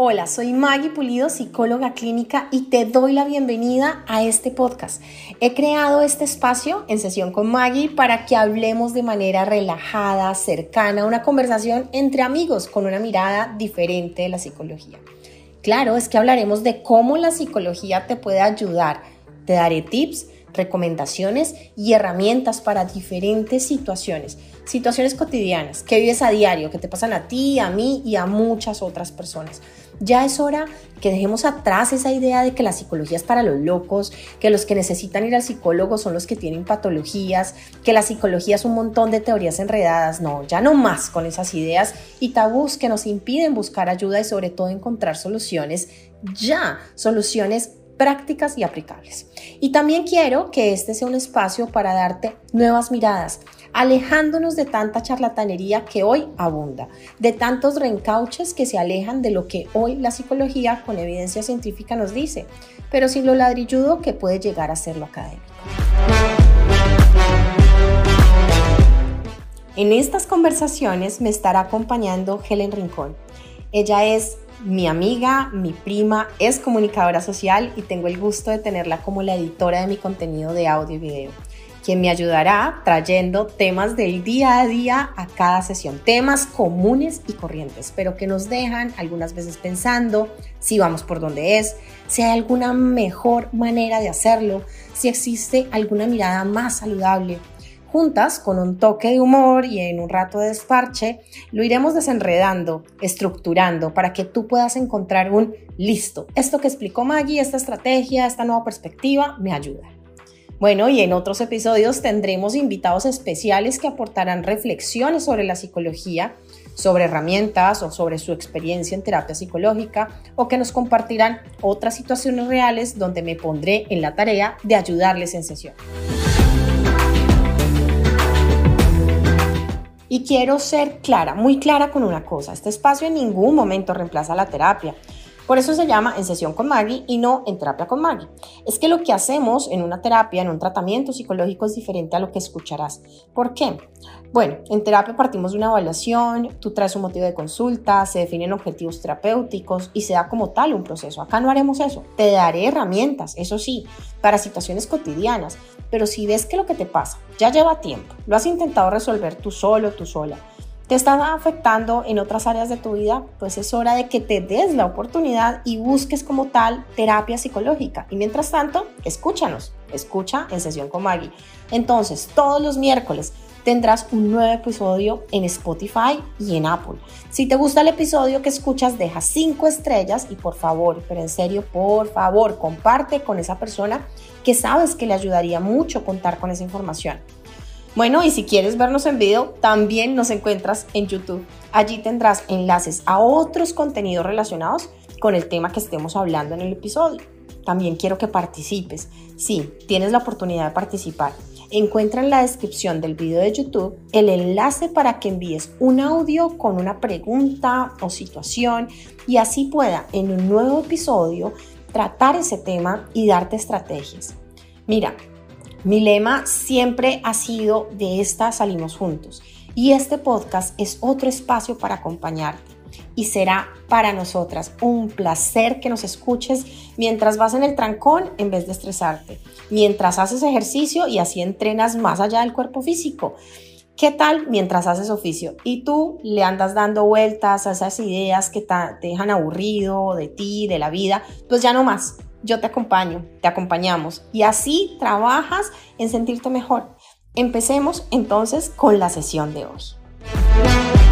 Hola, soy Maggie Pulido, psicóloga clínica, y te doy la bienvenida a este podcast. He creado este espacio en Sesión con Maggie para que hablemos de manera relajada, cercana, una conversación entre amigos con una mirada diferente de la psicología. Claro, es que hablaremos de cómo la psicología te puede ayudar. Te daré tips, recomendaciones y herramientas para diferentes situaciones cotidianas que vives a diario, que te pasan a ti, a mí y a muchas otras personas. Ya es hora que dejemos atrás esa idea de que la psicología es para los locos, que los que necesitan ir al psicólogo son los que tienen patologías, que la psicología es un montón de teorías enredadas. No, ya no más con esas ideas y tabús que nos impiden buscar ayuda y sobre todo encontrar soluciones prácticas y aplicables. Y también quiero que este sea un espacio para darte nuevas miradas, alejándonos de tanta charlatanería que hoy abunda, de tantos reencauches que se alejan de lo que hoy la psicología con evidencia científica nos dice, pero sin lo ladrilludo que puede llegar a ser lo académico. En estas conversaciones me estará acompañando Helen Rincón. Ella es mi amiga, mi prima, es comunicadora social y tengo el gusto de tenerla como la editora de mi contenido de audio y video, quien me ayudará trayendo temas del día a día a cada sesión, temas comunes y corrientes, pero que nos dejan algunas veces pensando si vamos por donde es, si hay alguna mejor manera de hacerlo, si existe alguna mirada más saludable. Juntas, con un toque de humor y en un rato de desparche, lo iremos desenredando, estructurando para que tú puedas encontrar un listo. Esto que explicó Maggie, esta estrategia, esta nueva perspectiva, me ayuda. Bueno, y en otros episodios tendremos invitados especiales que aportarán reflexiones sobre la psicología, sobre herramientas o sobre su experiencia en terapia psicológica, o que nos compartirán otras situaciones reales donde me pondré en la tarea de ayudarles en sesión. Y quiero ser clara, muy clara con una cosa: este espacio en ningún momento reemplaza la terapia. Por eso se llama En Sesión con Maggie y no En Terapia con Maggie. Es que lo que hacemos en una terapia, en un tratamiento psicológico, es diferente a lo que escucharás. ¿Por qué? Bueno, en terapia partimos de una evaluación, tú traes un motivo de consulta, se definen objetivos terapéuticos y se da como tal un proceso. Acá no haremos eso. Te daré herramientas, eso sí, para situaciones cotidianas. Pero si ves que lo que te pasa ya lleva tiempo, lo has intentado resolver tú solo, tú sola, te está afectando en otras áreas de tu vida, pues es hora de que te des la oportunidad y busques como tal terapia psicológica. Y mientras tanto, escucha En Sesión con Maggie. Entonces, todos los miércoles tendrás un nuevo episodio en Spotify y en Apple. Si te gusta el episodio que escuchas, deja 5 estrellas y por favor, pero en serio, por favor, comparte con esa persona que sabes que le ayudaría mucho contar con esa información. Bueno, y si quieres vernos en video, también nos encuentras en YouTube. Allí tendrás enlaces a otros contenidos relacionados con el tema que estemos hablando en el episodio. También quiero que participes. Sí, tienes la oportunidad de participar. Encuentra en la descripción del video de YouTube el enlace para que envíes un audio con una pregunta o situación y así pueda en un nuevo episodio tratar ese tema y darte estrategias. Mira, mi lema siempre ha sido: de esta salimos juntos, y este podcast es otro espacio para acompañarte y será para nosotras un placer que nos escuches mientras vas en el trancón en vez de estresarte, mientras haces ejercicio y así entrenas más allá del cuerpo físico. ¿Qué tal mientras haces oficio y tú le andas dando vueltas a esas ideas que te dejan aburrido de ti, de la vida? Pues ya no más. Yo te acompaño, te acompañamos y así trabajas en sentirte mejor. Empecemos entonces con la sesión de hoy.